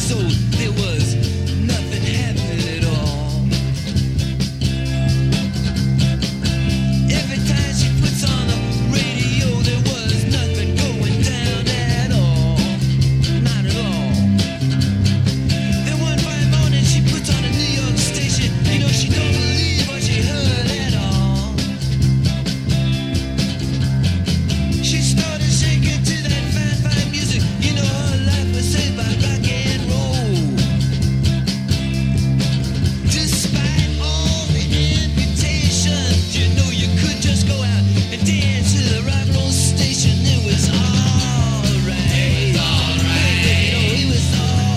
so there was nothing happening at all. Every time she puts on the radio, there was nothing going down at all. Not at all. Then one fine morning she puts on a New York station. You know she don't believe what she heard at all. She started shaking to that fine, fine music. You know her life was saved by rock and roll. Despite all the invitations, you know you could just go out and dance to the rock and roll station. It was alright. It was alright. You know, it was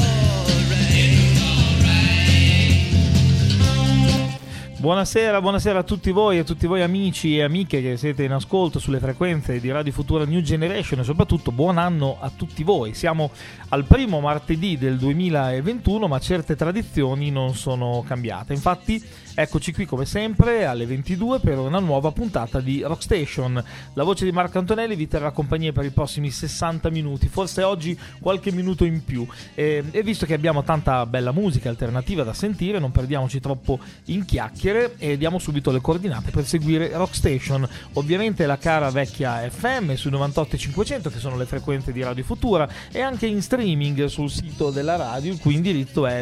alright. Buonasera, buonasera a tutti voi amici e amiche che siete in ascolto sulle frequenze di Radio Futura New Generation e soprattutto buon anno a tutti voi. Siamo al primo martedì del 2021, ma certe tradizioni non sono cambiate. Infatti eccoci qui come sempre alle 22 per una nuova puntata di Rock Station. La voce di Marco Antonelli vi terrà compagnia per i prossimi 60 minuti, forse oggi qualche minuto in più. E visto che abbiamo tanta bella musica alternativa da sentire, non perdiamoci troppo in chiacchiere e diamo subito le coordinate per seguire Rock Station. Ovviamente la cara vecchia FM sui 98.500, che sono le frequenze di Radio Futura, e anche in streaming sul sito della radio, il cui indirizzo è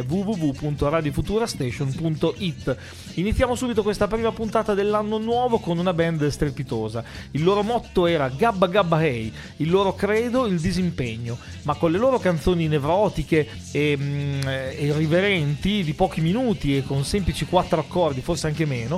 www.radiofuturastation.it. Iniziamo subito questa prima puntata dell'anno nuovo con una band strepitosa. Il loro motto era Gabba Gabba Hey, il loro credo il disimpegno, ma con le loro canzoni nevrotiche e irriverenti di pochi minuti e con semplici 4 accordi, forse anche meno,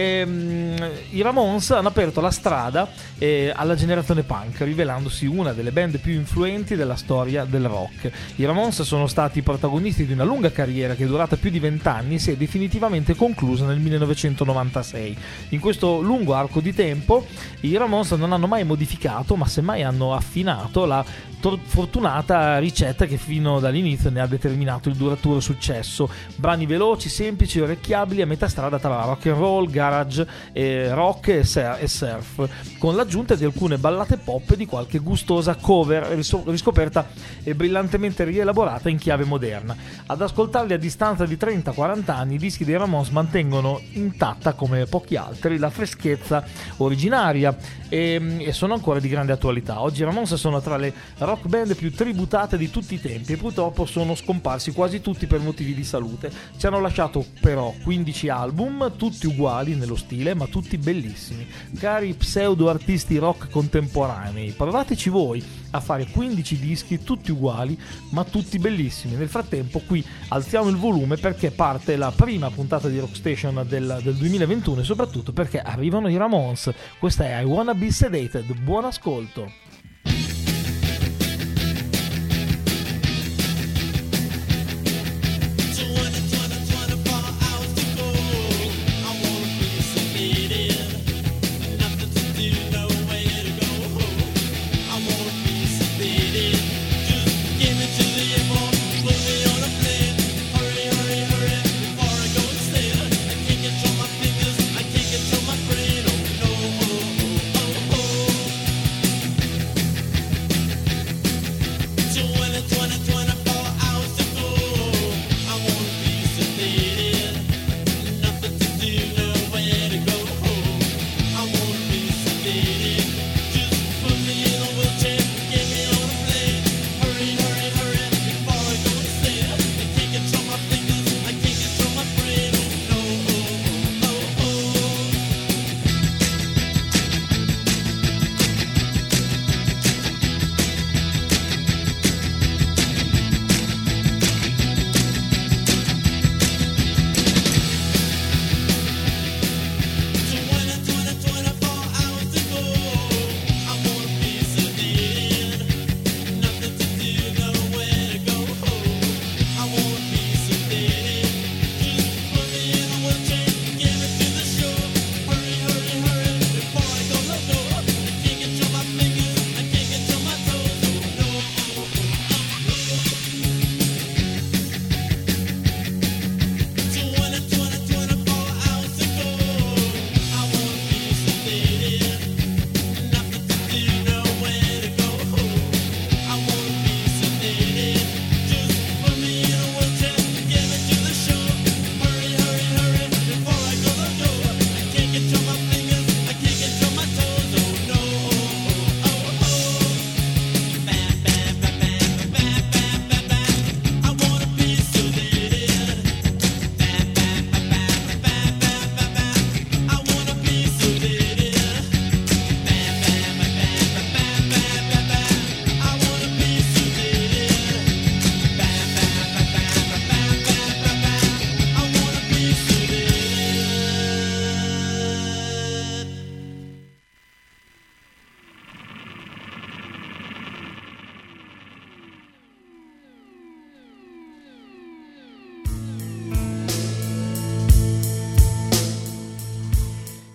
i Ramones hanno aperto la strada alla generazione punk, rivelandosi una delle band più influenti della storia del rock. I Ramones sono stati protagonisti di una lunga carriera che è durata più di 20 anni e si è definitivamente conclusa nel 1996. In questo lungo arco di tempo i Ramones non hanno mai modificato, ma semmai hanno affinato la fortunata ricetta che fino dall'inizio ne ha determinato il duraturo successo. Brani veloci, semplici, orecchiabili, a metà strada tra rock and roll, garage, rock e surf, con l'aggiunta di alcune ballate pop e di qualche gustosa cover riscoperta e brillantemente rielaborata in chiave moderna. Ad ascoltarli a distanza di 30-40 anni, i dischi dei Ramones mantengono intatta, come pochi altri, la freschezza originaria e sono ancora di grande attualità. Oggi i Ramones sono tra le rock band più tributate di tutti i tempi e purtroppo sono scomparsi quasi tutti per motivi di salute. Ci hanno lasciato però 15 album, tutti uguali nello stile, ma tutti bellissimi. Cari pseudo artisti rock contemporanei, provateci voi a fare 15 dischi tutti uguali, ma tutti bellissimi. Nel frattempo qui alziamo il volume perché parte la prima puntata di Rock Station del 2021 e soprattutto perché arrivano i Ramones. Questa è I Wanna Be Sedated. Buon ascolto.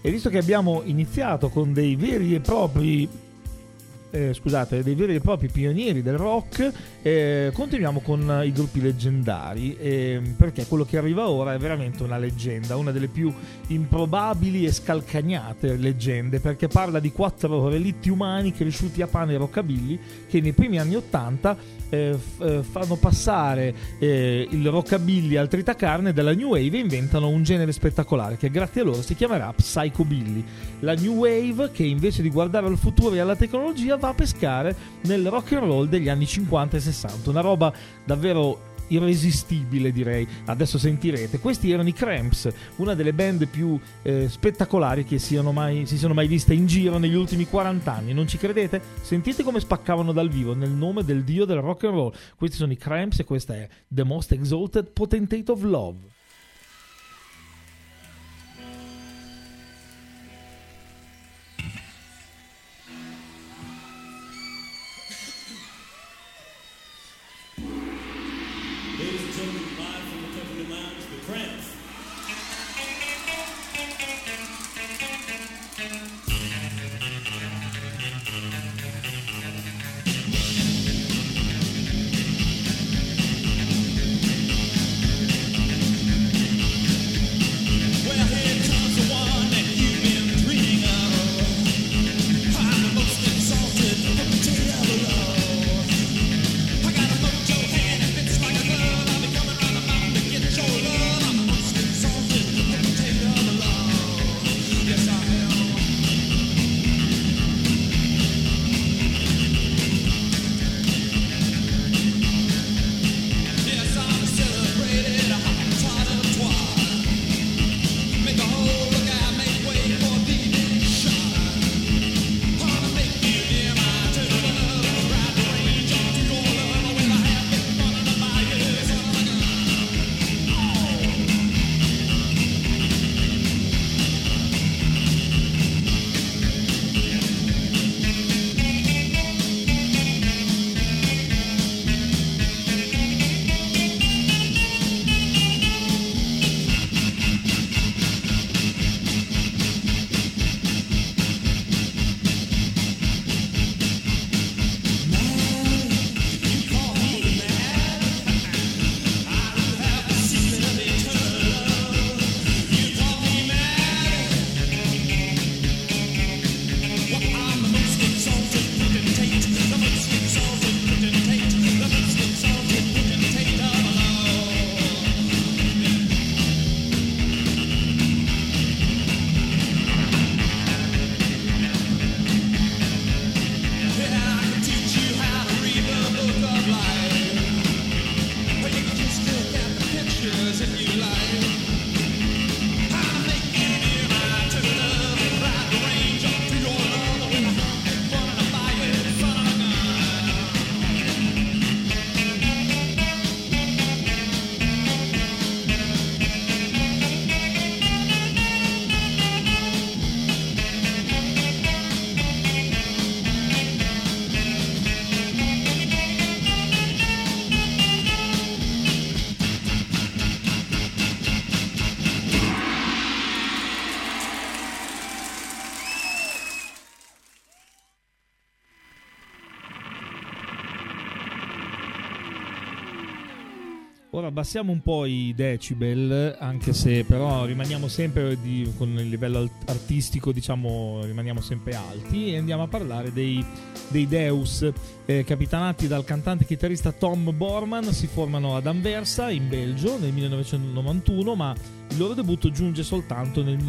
E visto che abbiamo iniziato con dei veri e propri dei veri e propri pionieri del rock, continuiamo con i gruppi leggendari, perché quello che arriva ora è veramente una leggenda, una delle più improbabili e scalcagnate leggende, perché parla di 4 relitti umani cresciuti a pane e rockabilly che nei primi anni 80 fanno passare il rockabilly al tritacarne dalla new wave e inventano un genere spettacolare che grazie a loro si chiamerà psychobilly. La new wave, che invece di guardare al futuro e alla tecnologia va a pescare nel rock and roll degli anni 50 e 60, una roba davvero irresistibile, direi. Adesso sentirete. Questi erano i Cramps, una delle band più spettacolari che si siano mai viste in giro negli ultimi 40 anni. Non ci credete? Sentite come spaccavano dal vivo nel nome del dio del rock and roll. Questi sono i Cramps e questa è The Most Exalted Potentate of Love. Ora abbassiamo un po' i decibel, anche se però rimaniamo sempre con il livello artistico, diciamo, rimaniamo sempre alti, e andiamo a parlare dei Deus, capitanati dal cantante e chitarrista Tom Borman. Si formano ad Anversa, in Belgio, nel 1991, ma il loro debutto giunge soltanto nel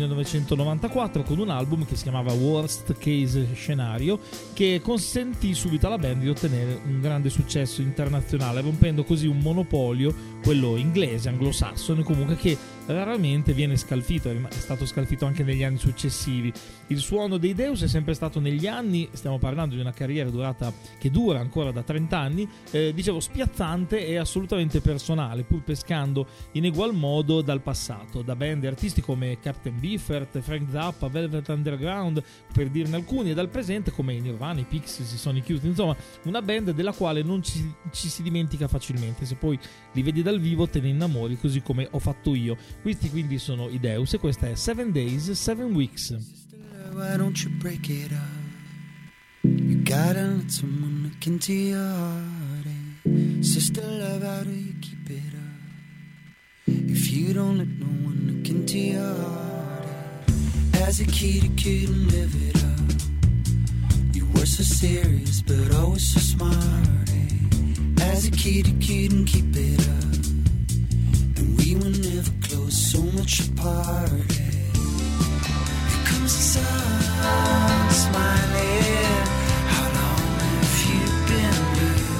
1994 con un album che si chiamava Worst Case Scenario, che consentì subito alla band di ottenere un grande successo internazionale, rompendo così un monopolio, quello inglese, anglosassone, comunque, che raramente viene scalfito, è stato scalfito anche negli anni successivi. Il suono dei Deus è sempre stato negli anni, stiamo parlando di una carriera che dura ancora da 30 anni, dicevo, spiazzante e assolutamente personale, pur pescando in egual modo dal passato. fatto da band e artisti come Captain Beefheart, Frank Zappa, Velvet Underground, per dirne alcuni, e dal presente come i Nirvana, i Pixies, i Sonic Youth, insomma una band della quale non ci si dimentica facilmente. Se poi li vedi dal vivo te ne innamori, così come ho fatto io. Questi quindi sono i Deus e questa è 7 Days, 7 Weeks. Why don't you break it up? You gotta let someone look into your heart. Sister love, how do you keep it up? If you don't let no one look into your heart. As a kid, you couldn't live it up. You were so serious, but always so smart. As a kid, you couldn't keep it up. And we were never close, so much apart. Here comes the sun, smiling. How long have you been blue?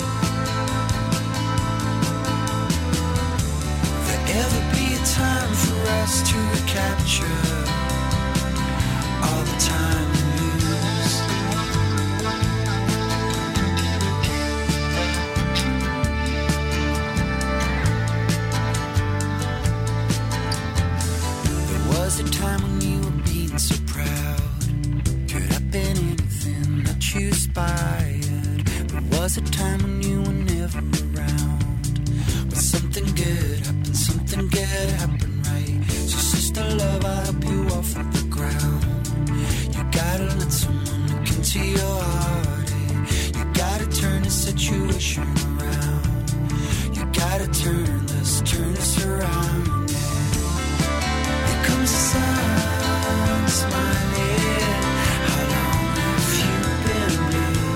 There'll be a time for us to recapture all the time we lose. There was a time when you were being so proud. Could have been anything that you aspired. There was a time when you were never around. But something good happened, something good happened, right? So sister love, I'll help you off of the ground. You gotta let someone look into your heart. You gotta turn the situation around. You gotta turn this around. Here comes the sun, smiling. How long have you been blue?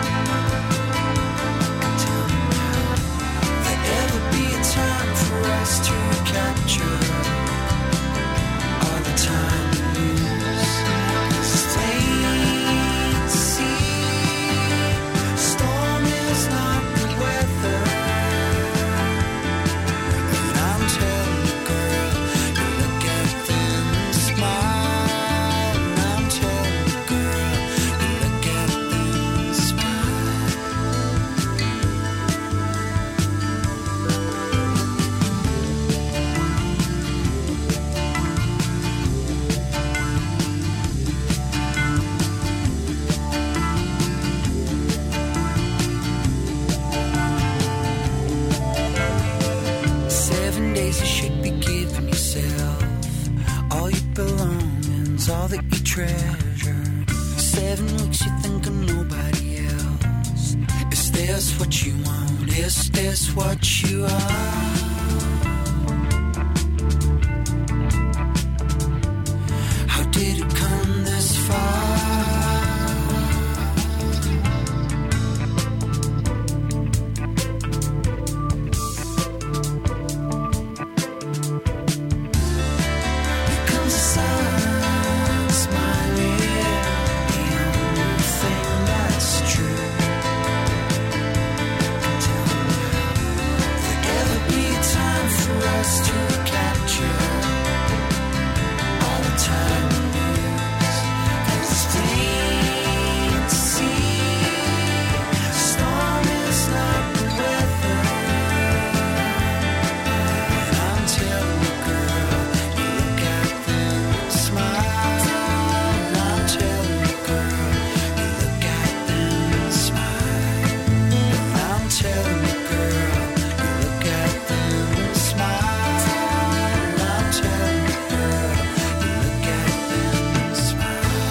Tell me now. There'll ever be a time for us to recapture all the time we lose. 'Cause it's plain to see, storm is not the weather. And I'm telling you, girl, you look at them and smile. And I'm telling you, girl, you look at them and smile. Seven days you should be giving yourself all your belongings, all that you treasure. 7 weeks you think of nobody else. Is this what you want? Is this what you are? How did it come this far? Here comes the sun, smiling. The only thing that's true. Tell me now, there'll ever be a time for us to capture all the time we lose. 'Cause it's plain to see, storm is not the weather. And I'm telling you, girl, you look at them and smile. And I'm telling you, girl, you look at them and smile. And I'm telling you, girl, you look at them and smile. And I'm telling you, girl, you look at them and smile.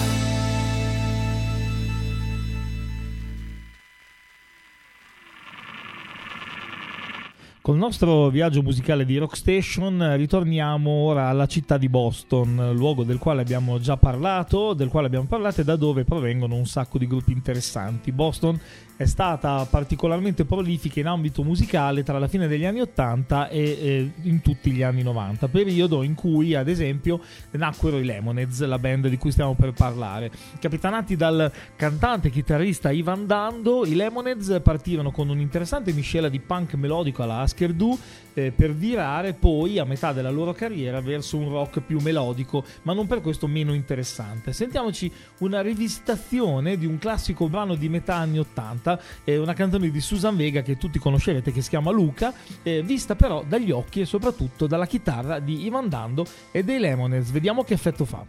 Col nostro viaggio musicale di Rock Station ritorniamo ora alla città di Boston, luogo del quale abbiamo già parlato, e da dove provengono un sacco di gruppi interessanti. Boston è stata particolarmente prolifica in ambito musicale tra la fine degli anni 80 e in tutti gli anni 90, periodo in cui ad esempio nacquero i Lemonheads, la band di cui stiamo per parlare. Capitanati dal cantante e chitarrista Ivan Dando, i Lemonheads partirono con un'interessante miscela di punk melodico alla Husker Du, per virare poi a metà della loro carriera verso un rock più melodico, ma non per questo meno interessante. Sentiamoci una rivisitazione di un classico brano di metà anni 80, una canzone di Susan Vega che tutti conoscerete, che si chiama Luca, vista però dagli occhi e soprattutto dalla chitarra di Ivan Dando e dei Lemonheads. Vediamo che effetto fa.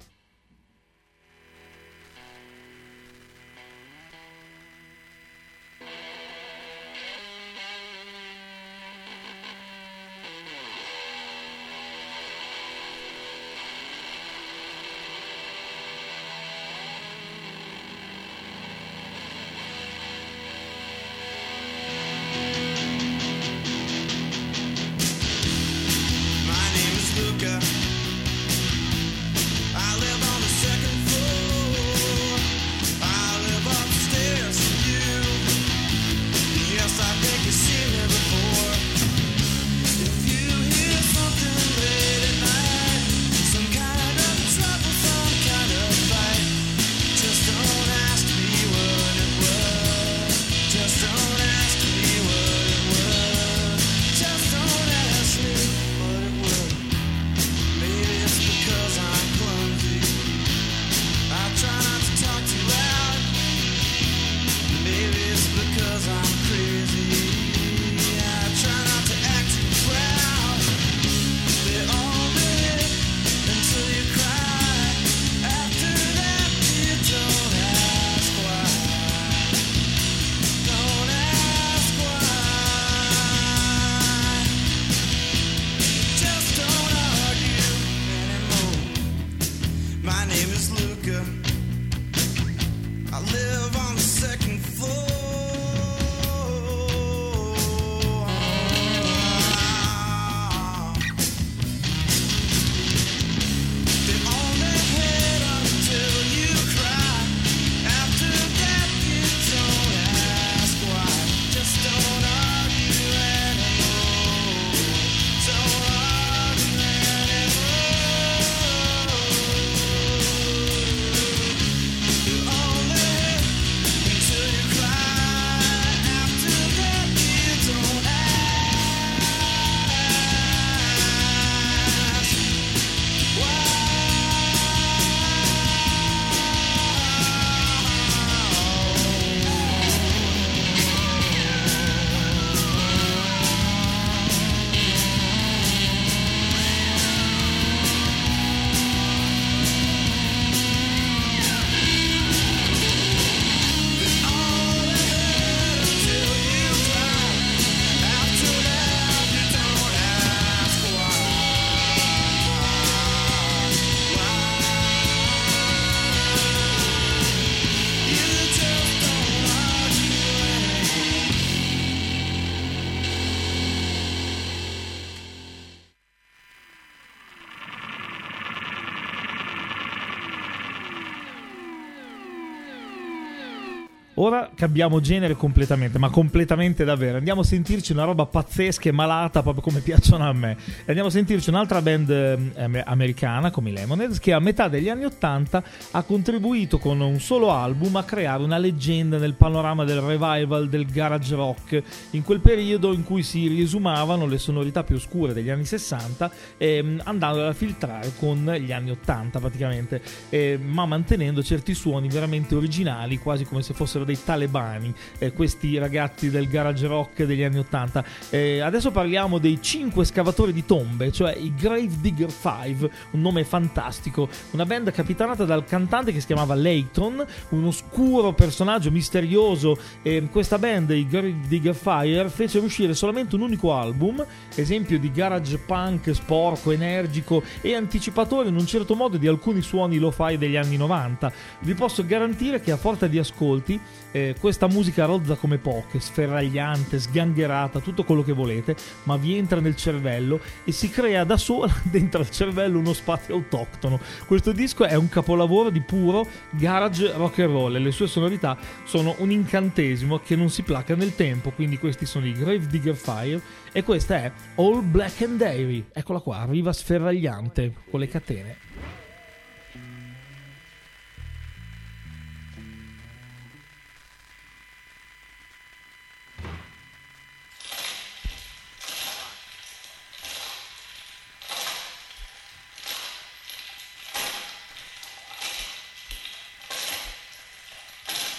Ora cambiamo genere completamente, ma completamente davvero. Andiamo a sentirci una roba pazzesca e malata, proprio come piacciono a me. Andiamo a sentirci un'altra band americana come i Lemonheads, che a metà degli anni 80 ha contribuito con un solo album a creare una leggenda nel panorama del revival del garage rock, in quel periodo in cui si riesumavano le sonorità più oscure degli anni 60, andando a filtrare con gli anni 80 praticamente, ma mantenendo certi suoni veramente originali, quasi come se fossero dei talebani, questi ragazzi del garage rock degli anni 80. Adesso parliamo dei 5 scavatori di tombe, cioè i Gravedigger 5, un nome fantastico, una band capitanata dal cantante che si chiamava Layton, un oscuro personaggio misterioso. Questa band, i Gravedigger 5, fecero uscire solamente un unico album, esempio di garage punk sporco, energico e anticipatore in un certo modo di alcuni suoni lo-fi degli anni 90. Vi posso garantire che a forza di ascolti questa musica rozza come poche, sferragliante, sgangherata, tutto quello che volete, ma vi entra nel cervello e si crea da sola dentro al cervello uno spazio autoctono. Questo disco è un capolavoro di puro garage rock and roll e le sue sonorità sono un incantesimo che non si placa nel tempo. Quindi questi sono i Gravedigger 5 e questa è All Black and Dairy. Eccola qua, arriva sferragliante con le catene.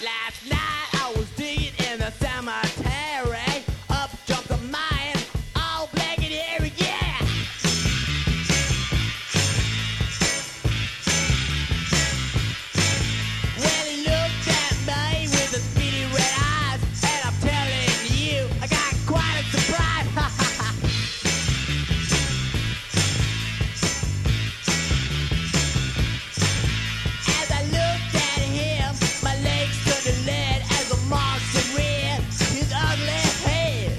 Last night I was digging in the cemetery. Up jumped a man, all black and hairy, yeah. Well, he looked at me with his beady red eyes, and I'm telling you, I got quite a surprise. As I looked at him, my legs turned to lead as a monster reared his ugly head.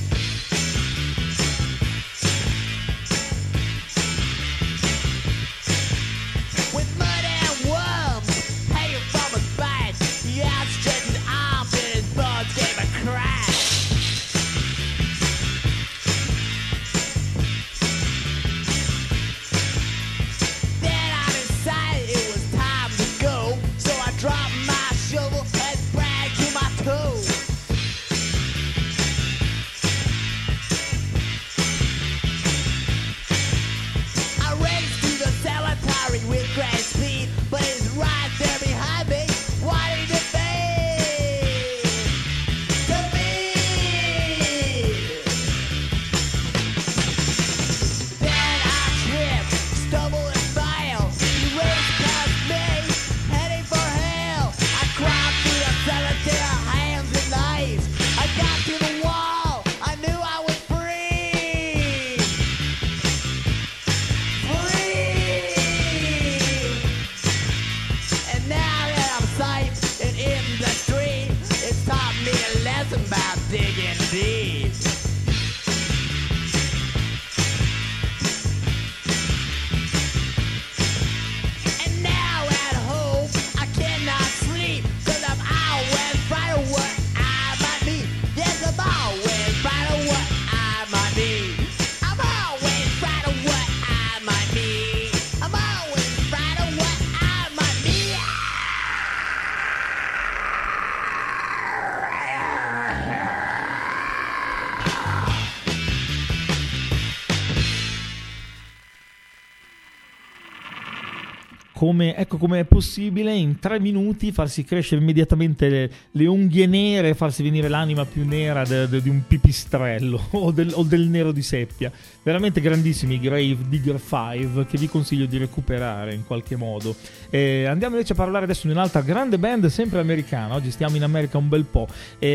With mud and worms hanging from his spine, he outstretched his arms and his buds gave a crash. Then I decided it was time to go, so I dropped my shovel and sprang to my toes. I raced to the cemetery with great speed, but it's right there behind me, wanting to be. Then I tripped, stumbled and fell. He raced past me, heading for hell. I climbed through the cemetery, hands and knives. I got to the wall, I knew I was free. Free! And now that I'm safe and in the street, it's taught me a lesson about digging deep. And now at home, I cannot sleep, 'cause I'm always afraid of what I might be. Yes, I'm always afraid of what I might be. I'm always afraid of what I might be. I'm always afraid of what I might be. Ecco come è possibile in 3 minuti farsi crescere immediatamente le unghie nere e farsi venire l'anima più nera di un pipistrello o del nero di seppia. Veramente grandissimi Grave Digger 5, che vi consiglio di recuperare in qualche modo. Andiamo invece a parlare adesso di un'altra grande band sempre americana. Oggi stiamo in America un bel po'.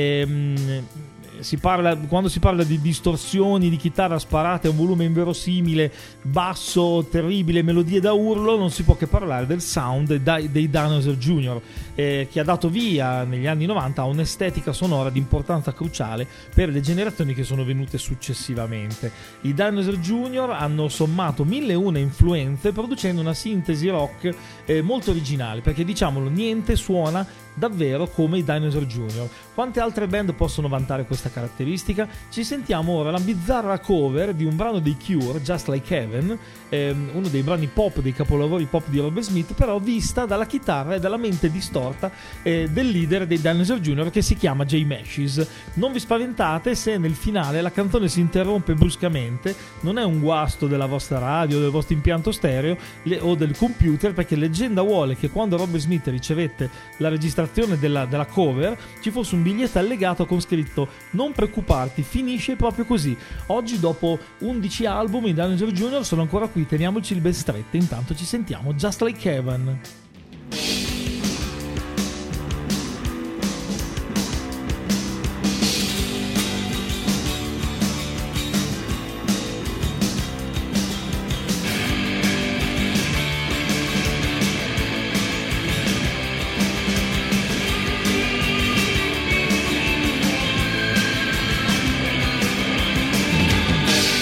Quando si parla di distorsioni di chitarra sparate a un volume inverosimile, basso terribile, melodie da urlo, non si può che parlare del sound dei Dinosaur Jr., che ha dato via negli anni 90 a un'estetica sonora di importanza cruciale per le generazioni che sono venute successivamente. I Dinosaur Jr. hanno sommato 1001 influenze, producendo una sintesi rock molto originale, perché diciamolo, niente suona davvero come i Dinosaur Jr. Quante altre band possono vantare questa caratteristica? Ci sentiamo ora la bizzarra cover di un brano dei Cure, Just Like Heaven, uno dei brani pop, dei capolavori pop di Robert Smith, però vista dalla chitarra e dalla mente distorta del leader dei Dinosaur Jr., che si chiama Jay Mascis. Non vi spaventate se nel finale la canzone si interrompe bruscamente, non è un guasto della vostra radio, del vostro impianto stereo o del computer, perché leggenda vuole che quando Robert Smith ricevette la registrazione della cover ci fosse un biglietto allegato con scritto: non preoccuparti, finisce proprio così. Oggi, dopo 11 album, i Dinosaur Jr. sono ancora qui, teniamoci ben strette. Intanto ci sentiamo Just Like Heaven.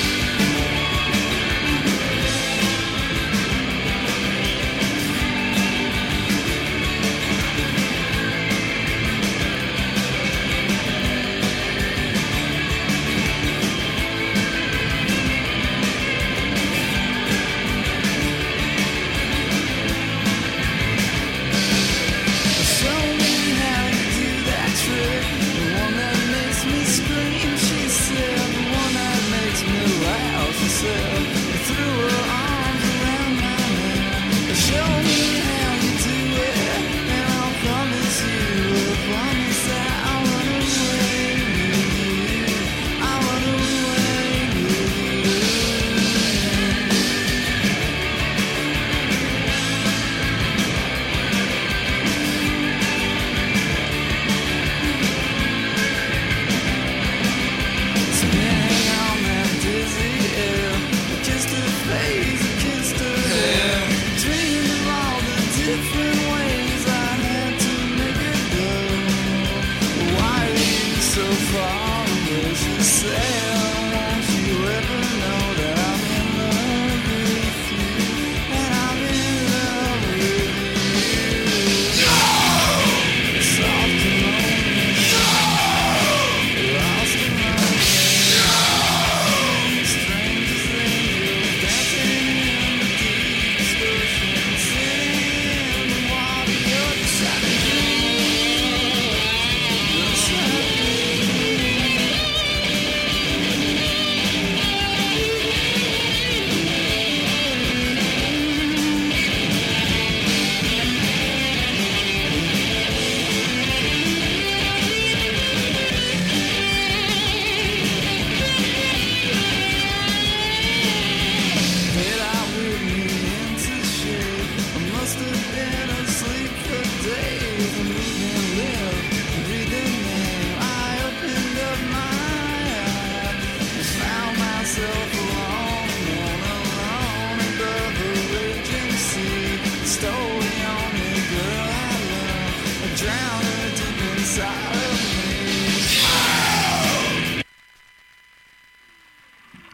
Just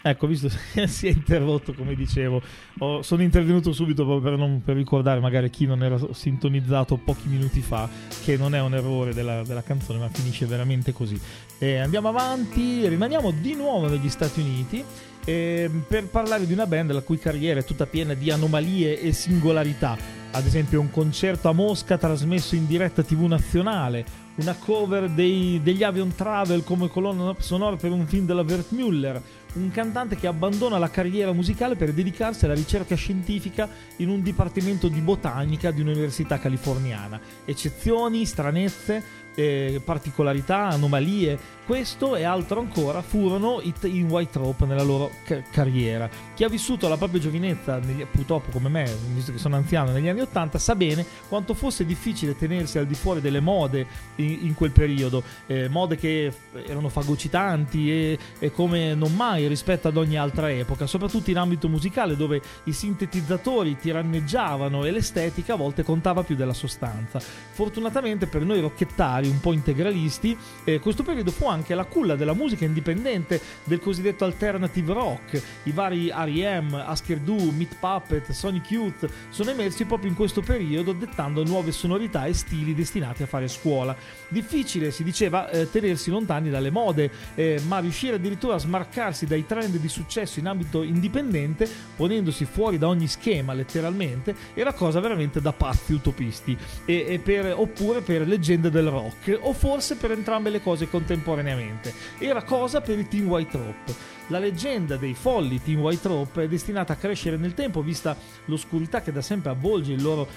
Ecco, visto si è interrotto, come dicevo, sono intervenuto subito proprio per ricordare magari chi non era sintonizzato pochi minuti fa che non è un errore della canzone, ma finisce veramente così. Andiamo avanti, rimaniamo di nuovo negli Stati Uniti per parlare di una band la cui carriera è tutta piena di anomalie e singolarità. Ad esempio un concerto a Mosca trasmesso in diretta TV nazionale, una cover degli Avion Travel come colonna sonora per un film della Wertmüller, un cantante che abbandona la carriera musicale per dedicarsi alla ricerca scientifica in un dipartimento di botanica di un'università californiana. Eccezioni, stranezze, particolarità, anomalie, questo e altro ancora furono i Teen White Rope nella loro carriera. Chi ha vissuto la propria giovinezza, purtroppo come me, visto che sono anziano, negli anni 80, sa bene quanto fosse difficile tenersi al di fuori delle mode in quel periodo, mode che erano fagocitanti e come non mai rispetto ad ogni altra epoca, soprattutto in ambito musicale, dove i sintetizzatori tiranneggiavano e l'estetica a volte contava più della sostanza. Fortunatamente per noi rockettari un po' integralisti, questo periodo fu anche la culla della musica indipendente, del cosiddetto alternative rock. I vari R.E.M., Husker Du, Meat Puppet, Sonic Youth sono emersi proprio in questo periodo, dettando nuove sonorità e stili destinati a fare scuola. Difficile, si diceva, tenersi lontani dalle mode, ma riuscire addirittura a smarcarsi dai trend di successo in ambito indipendente, ponendosi fuori da ogni schema letteralmente, era cosa veramente da pazzi utopisti, oppure per leggende del rock, o forse per entrambe le cose contemporaneamente. Era cosa per i Teen White Rope. La leggenda dei folli Teen White Rope è destinata a crescere nel tempo, vista l'oscurità che da sempre avvolge la loro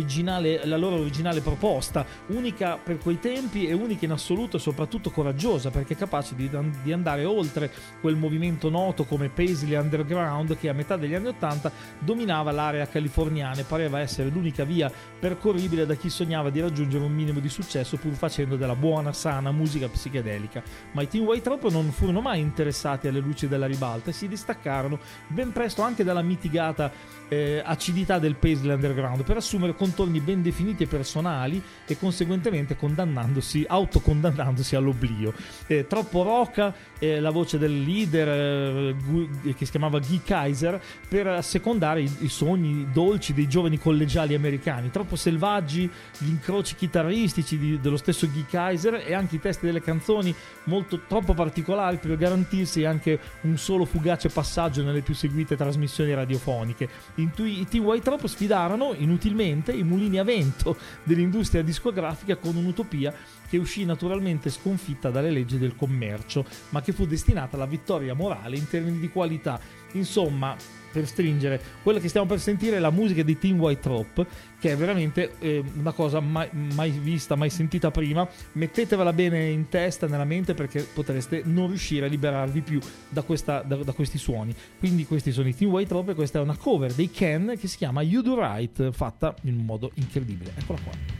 originale proposta, unica per quei tempi e unica in assoluto e soprattutto coraggiosa, perché capace di andare oltre quel movimento noto come Paisley Underground che a metà degli anni 80 dominava l'area californiana e pareva essere l'unica via percorribile da chi sognava di raggiungere un minimo di successo pur facendo della buona, sana musica psichedelica. Ma i Teen White Rope non furono mai interessati alle luci della ribalta e si distaccarono ben presto anche dalla mitigata acidità del Paisley Underground per assumere contorni ben definiti e personali e conseguentemente autocondannandosi all'oblio. Troppo roca la voce del leader che si chiamava Guy Kaiser per assecondare i sogni dolci dei giovani collegiali americani, troppo selvaggi gli incroci chitarristici dello stesso Guy Kaiser e anche i testi delle canzoni troppo particolari per garantirsi anche un solo fugace passaggio nelle più seguite trasmissioni radiofoniche. I Teen White Rope sfidarono inutilmente i mulini a vento dell'industria discografica con un'utopia che uscì naturalmente sconfitta dalle leggi del commercio, ma che fu destinata alla vittoria morale in termini di qualità. Insomma, per stringere, quella che stiamo per sentire è la musica di Teen White Rope, che è veramente una cosa mai vista, mai sentita prima. Mettetevela bene in testa, nella mente, perché potreste non riuscire a liberarvi più da questi suoni. Quindi questi sono i Teen White Rope e questa è una cover dei Ken che si chiama You Do Right, fatta in un modo incredibile. Eccola qua.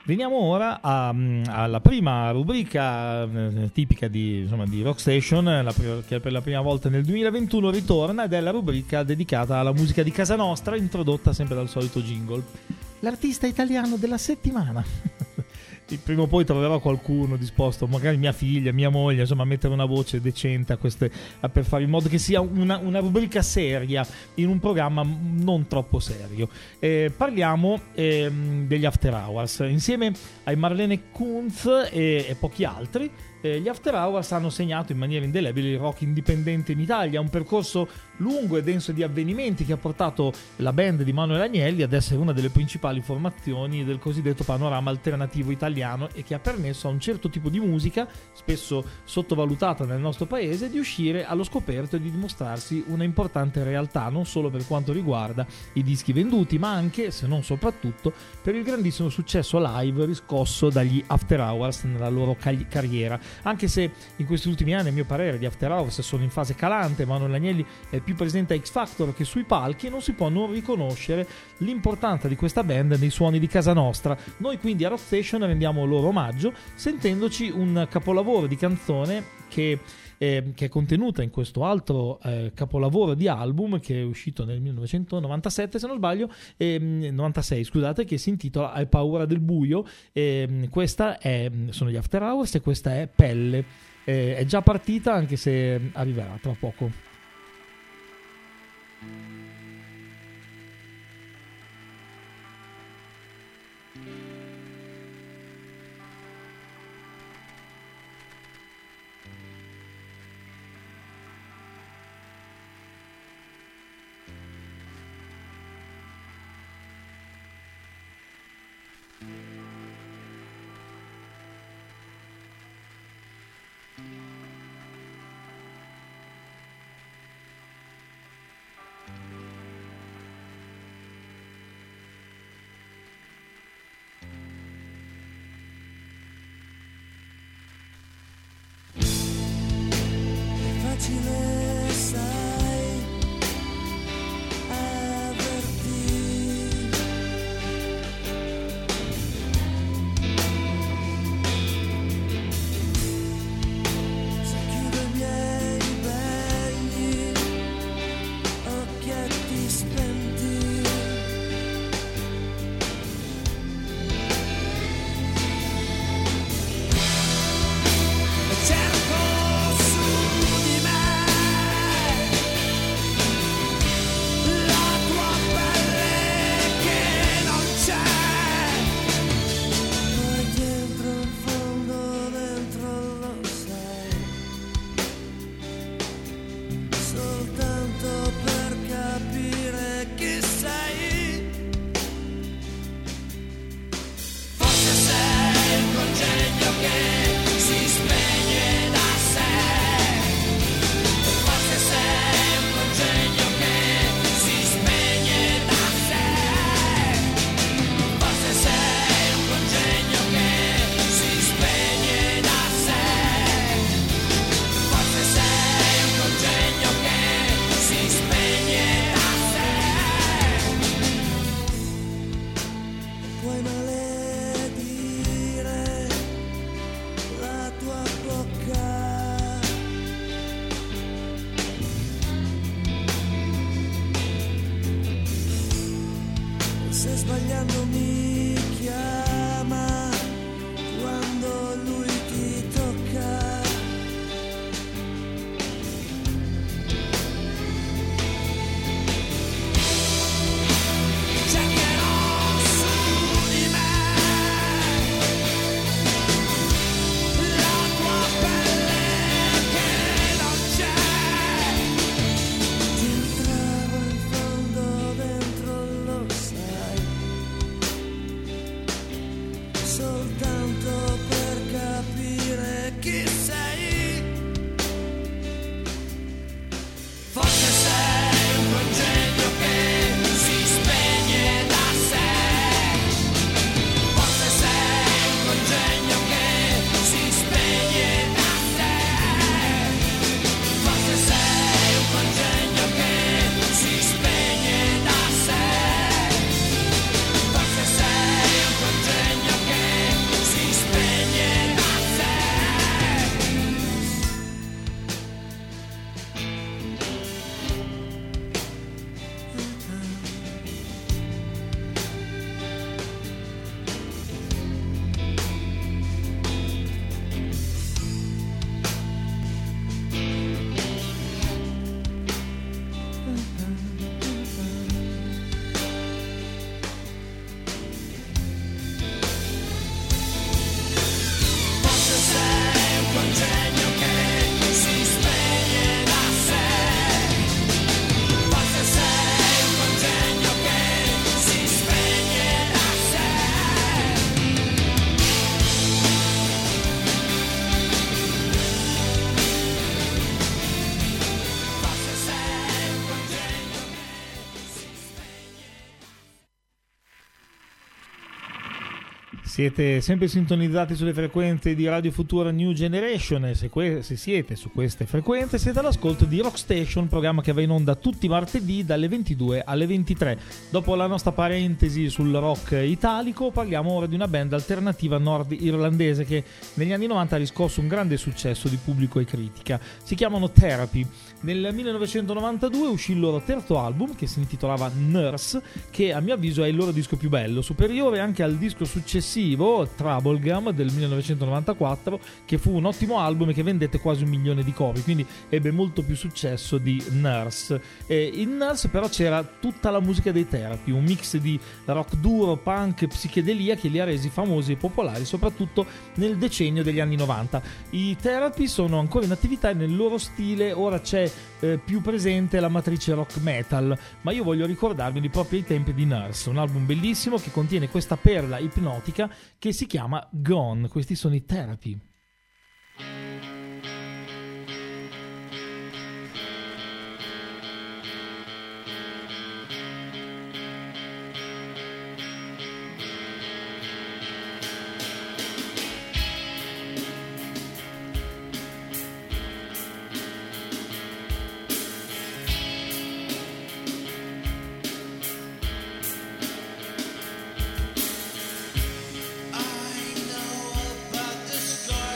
Veniamo ora alla prima rubrica tipica di Rock Station, che per la prima volta nel 2021 ritorna, ed è la rubrica dedicata alla musica di casa nostra, introdotta sempre dal solito jingle. L'artista italiano della settimana. Prima o poi troverò qualcuno disposto, magari mia figlia, mia moglie, insomma, a mettere una voce decente a queste, per fare in modo che sia una rubrica seria in un programma non troppo serio. Parliamo degli After Hours insieme ai Marlene Kunz e pochi altri. Gli After Hours hanno segnato in maniera indelebile il rock indipendente in Italia, un percorso lungo e denso di avvenimenti che ha portato la band di Manuel Agnelli ad essere una delle principali formazioni del cosiddetto panorama alternativo italiano, e che ha permesso a un certo tipo di musica, spesso sottovalutata nel nostro paese, di uscire allo scoperto e di dimostrarsi una importante realtà, non solo per quanto riguarda i dischi venduti, ma anche, se non soprattutto, per il grandissimo successo live riscosso dagli After Hours nella loro carriera. Anche se in questi ultimi anni, a mio parere, gli After Hours sono in fase calante, Manuel Agnelli è più presente a X Factor che sui palchi, e non si può non riconoscere l'importanza di questa band nei suoni di casa nostra. Noi quindi a Rock Station rendiamo loro omaggio sentendoci un capolavoro di canzone che è contenuta in questo altro capolavoro di album che è uscito nel 1997, se non sbaglio, 96 scusate, che si intitola Hai paura del buio. Questa sono gli After Hours e questa è Pelle. È già partita, anche se arriverà tra poco. Siete sempre sintonizzati sulle frequenze di Radio Futura New Generation e se siete su queste frequenze siete all'ascolto di Rock Station, programma che va in onda tutti i martedì dalle 22 alle 23. Dopo la nostra parentesi sul rock italico parliamo ora di una band alternativa nord-irlandese che negli anni 90 ha riscosso un grande successo di pubblico e critica. Si chiamano Therapy. Nel 1992 uscì il loro terzo album che si intitolava Nurse, che a mio avviso è il loro disco più bello, superiore anche al disco successivo Troublegum del 1994, che fu un ottimo album e che vendette quasi 1 milione di copie, quindi ebbe molto più successo di Nurse. In Nurse però c'era tutta la musica dei Therapy, un mix di rock duro, punk e psichedelia che li ha resi famosi e popolari soprattutto nel decennio degli anni 90. I Therapy sono ancora in attività e nel loro stile ora c'è più presente la matrice rock metal, ma io voglio ricordarvi proprio ai tempi di Nurse, un album bellissimo che contiene questa perla ipnotica che si chiama Gone. Questi sono i Therapy. I know about the scar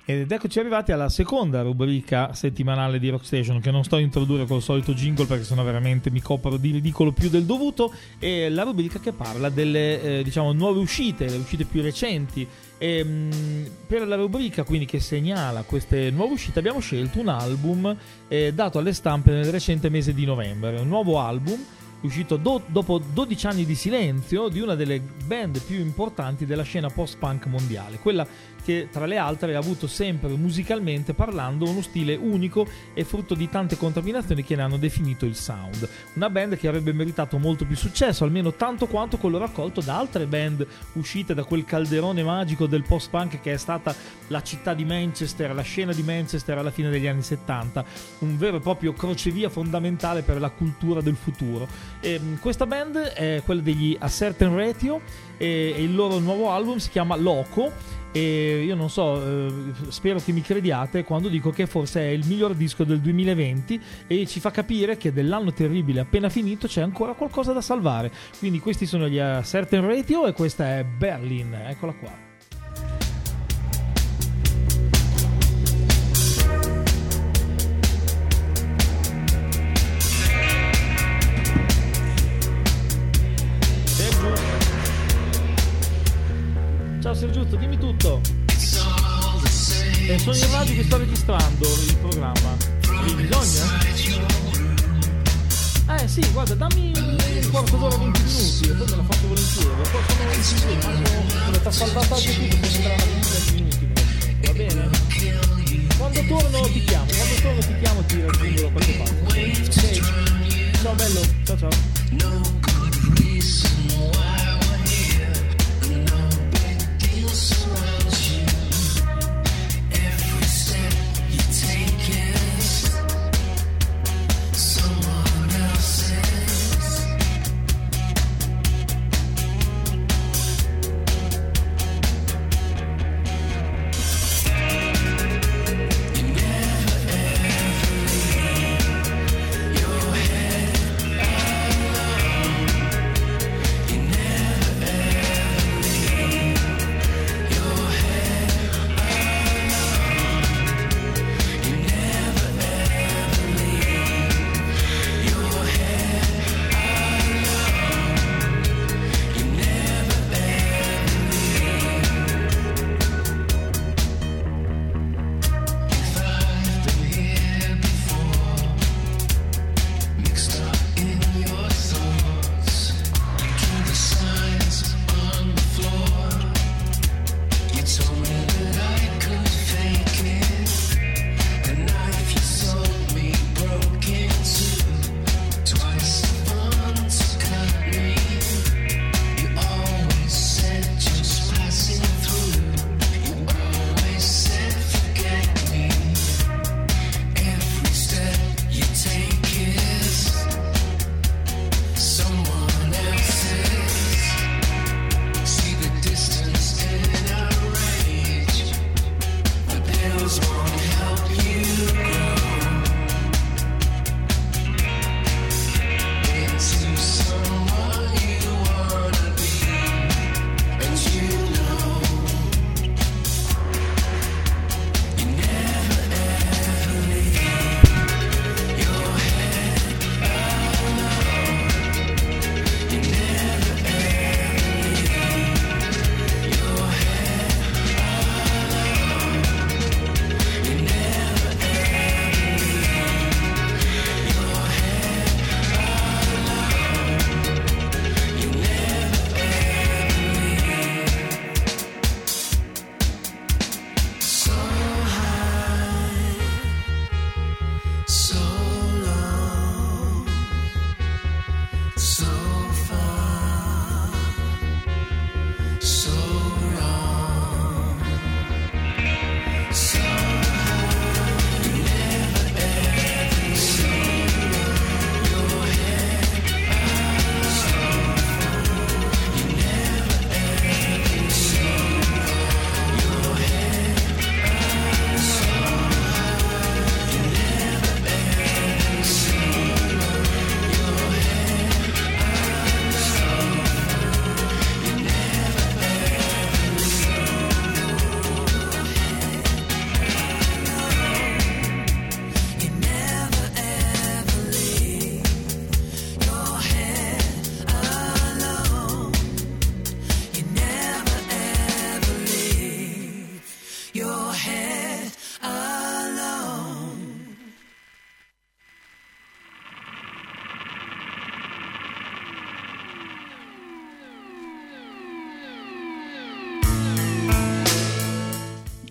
Ed eccoci arrivati alla seconda rubrica settimanale di Rockstation, che non sto a introdurre col solito jingle perché sennò veramente mi copro di ridicolo più del dovuto. È la rubrica che parla delle nuove uscite, le uscite più recenti. E, per la rubrica quindi che segnala queste nuove uscite abbiamo scelto un album dato alle stampe nel recente mese di novembre, un nuovo album uscito dopo 12 anni di silenzio di una delle band più importanti della scena post-punk mondiale, quella che tra le altre ha avuto sempre musicalmente parlando uno stile unico e frutto di tante contaminazioni che ne hanno definito il sound. Una band che avrebbe meritato molto più successo, almeno tanto quanto quello raccolto da altre band uscite da quel calderone magico del post-punk che è stata la città di Manchester, la scena di Manchester alla fine degli anni 70, un vero e proprio crocevia fondamentale per la cultura del futuro. E questa band è quella degli A Certain Ratio e il loro nuovo album si chiama Loco. E io non so, spero che mi crediate quando dico che forse è il miglior disco del 2020 e ci fa capire che dell'anno terribile appena finito c'è ancora qualcosa da salvare. Quindi questi sono gli A Certain Ratio e questa è Berlin, eccola qua. Ciao Sergiuzzo, dimmi tutto. Sono in radio che sto registrando il programma. Hai bisogno? Sì, guarda, dammi un quarto d'ora, 20 minuti, e poi me la faccio volentieri. Poi sono ti ha salvato anche tutto, se mi dà una 20 minuti, va bene? Quando torno ti chiamo, ti raggiungo da qualche parte. Ok? Ciao bello, ciao ciao.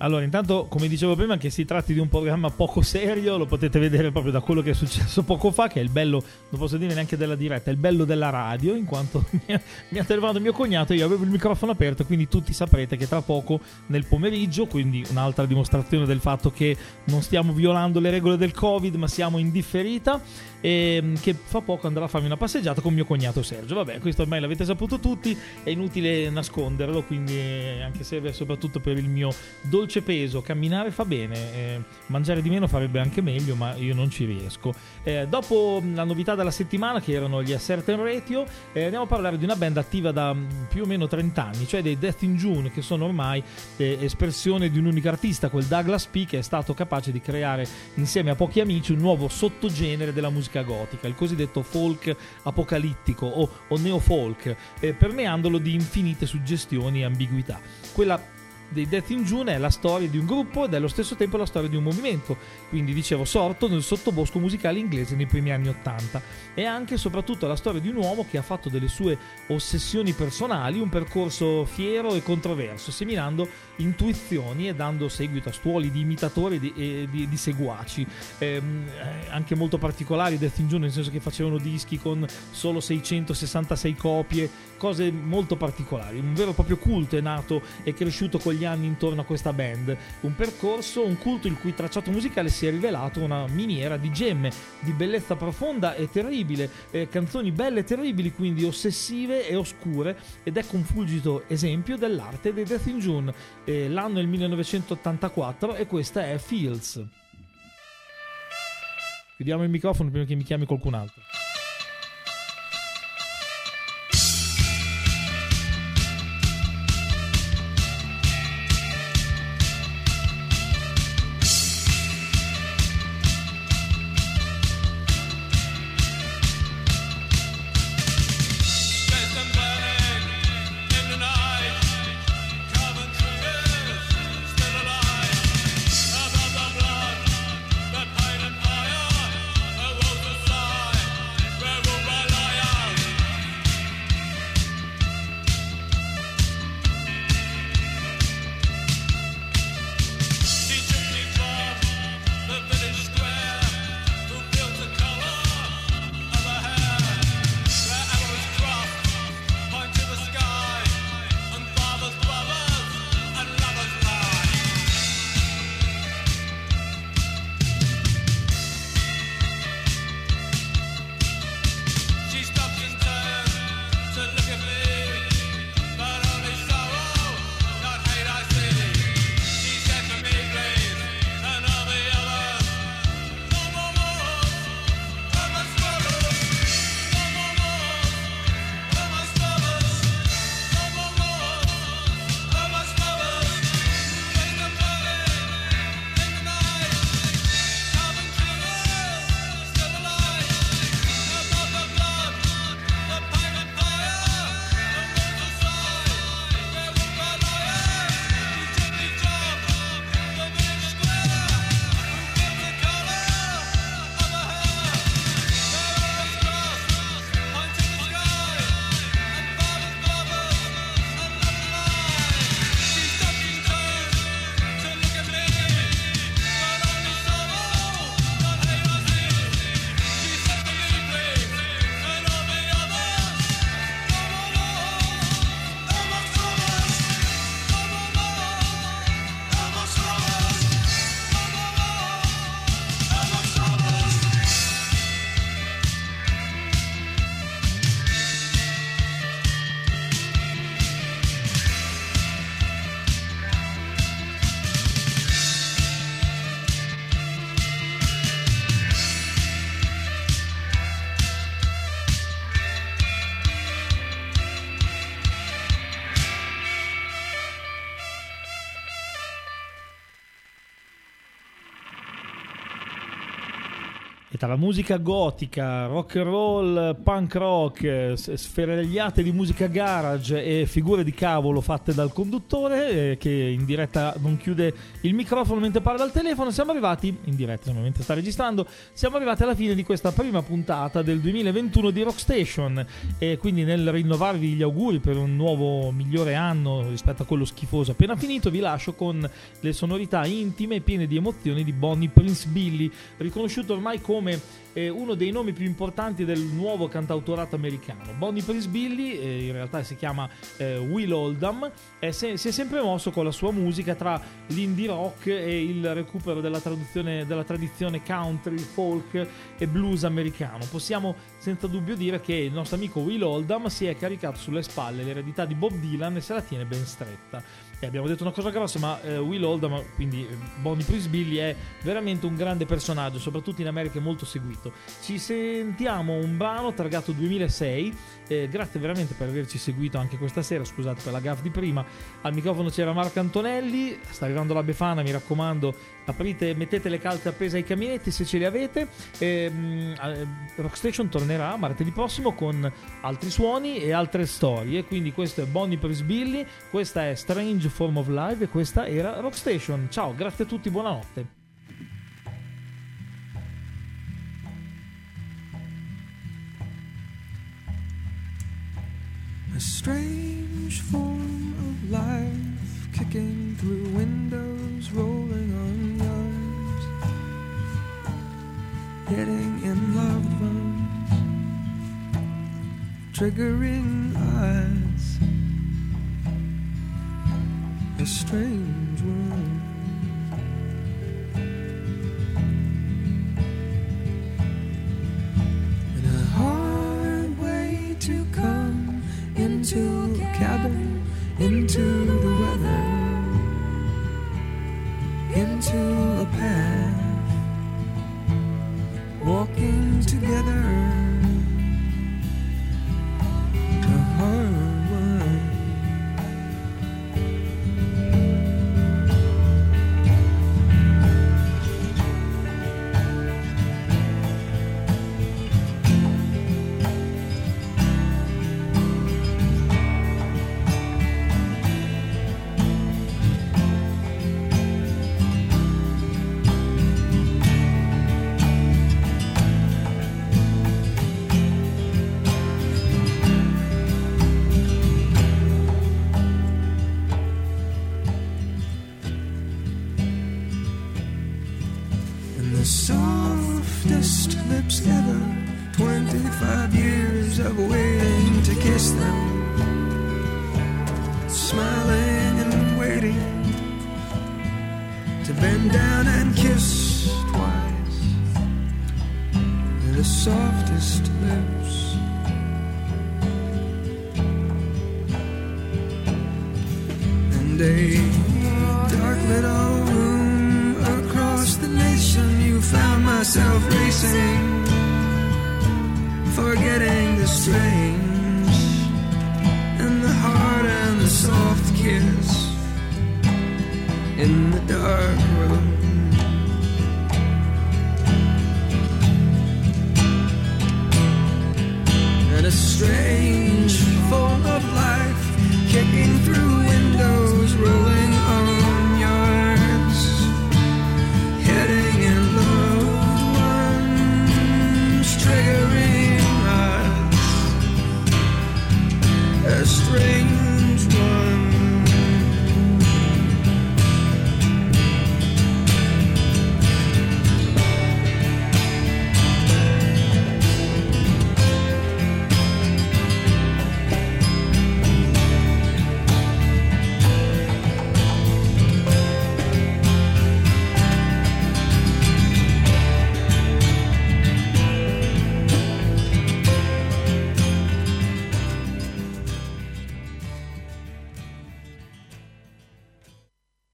Allora, intanto, come dicevo prima, che si tratti di un programma poco serio, lo potete vedere proprio da quello che è successo poco fa, che è il bello, non posso dire neanche della diretta, è il bello della radio, in quanto mi ha telefonato mio cognato e io avevo il microfono aperto, quindi tutti saprete che tra poco nel pomeriggio, quindi un'altra dimostrazione del fatto che non stiamo violando le regole del Covid, ma siamo in differita, e che fra poco andrà a farmi una passeggiata con mio cognato Sergio. Vabbè, questo ormai l'avete saputo tutti, è inutile nasconderlo, quindi anche serve soprattutto per il mio dolce peso. Camminare fa bene, mangiare di meno farebbe anche meglio, ma io non ci riesco. Dopo la novità della settimana, che erano gli A Certain Ratio, andiamo a parlare di una band attiva da più o meno 30 anni, cioè dei Death in June, che sono ormai espressione di un unico artista, quel Douglas P, che è stato capace di creare insieme a pochi amici un nuovo sottogenere della musica gotica, il cosiddetto folk apocalittico o neofolk, permeandolo di infinite suggestioni e ambiguità. Quella dei Death in June è la storia di un gruppo ed è allo stesso tempo la storia di un movimento, quindi dicevo sorto nel sottobosco musicale inglese nei primi anni '80, e anche e soprattutto la storia di un uomo che ha fatto delle sue ossessioni personali un percorso fiero e controverso, seminando intuizioni e dando seguito a stuoli di imitatori e di seguaci, anche molto particolari Death in June, nel senso che facevano dischi con solo 666 copie, cose molto particolari. Un vero e proprio culto è nato e cresciuto con gli anni intorno a questa band, un percorso, un culto il cui tracciato musicale si è rivelato una miniera di gemme, di bellezza profonda e terribile, canzoni belle e terribili, quindi ossessive e oscure, ed ecco un fulgido esempio dell'arte dei Death in June. L'anno è il 1984 e questa è Fields. Chiudiamo il microfono prima che mi chiami qualcun altro. Above the blood, the pain and fire, a rose aside. E tra la musica gotica, rock and roll, punk rock, sferragliate di musica garage e figure di cavolo fatte dal conduttore che in diretta non chiude il microfono mentre parla al telefono, siamo arrivati in diretta mentre sta registrando, siamo arrivati alla fine di questa prima puntata del 2021 di Rockstation, e quindi nel rinnovarvi gli auguri per un nuovo migliore anno rispetto a quello schifoso appena finito, vi lascio con le sonorità intime e piene di emozioni di Bonnie Prince Billy, riconosciuto ormai come uno dei nomi più importanti del nuovo cantautorato americano. Bonnie Prince Billy in realtà si chiama Will Oldham, si è sempre mosso con la sua musica tra l'indie rock e il recupero della tradizione country, folk e blues americano. Possiamo senza dubbio dire che il nostro amico Will Oldham si è caricato sulle spalle l'eredità di Bob Dylan e se la tiene ben stretta. E abbiamo detto una cosa grossa, ma Will Oldham, quindi Bonnie Prince Billy, è veramente un grande personaggio, soprattutto in America è molto seguito. Ci sentiamo un brano targato 2006, grazie veramente per averci seguito anche questa sera, scusate per la gaffe di prima. Al microfono c'era Marco Antonelli, sta arrivando la Befana, mi raccomando, mettete le calze appese ai caminetti se ce li avete. Rockstation tornerà martedì prossimo con altri suoni e altre storie, quindi questo è Bonnie Prince Billy, questa è Strange Form of Life e questa era Rockstation. Ciao, grazie a tutti, buonanotte. A strange form of life, kicking through windows, rolling on yards, hitting in loved ones, triggering eyes. A strange world. And a hard way to come into a cabin, into the weather, into a path, walking together. A hard world. The softest lips ever, 25 years of waiting to kiss them, smiling and waiting to bend down and kiss twice. The softest lips. And a dark little room across the nation, you found myself racing, forgetting the strange and the hard and the soft kiss in the dark room.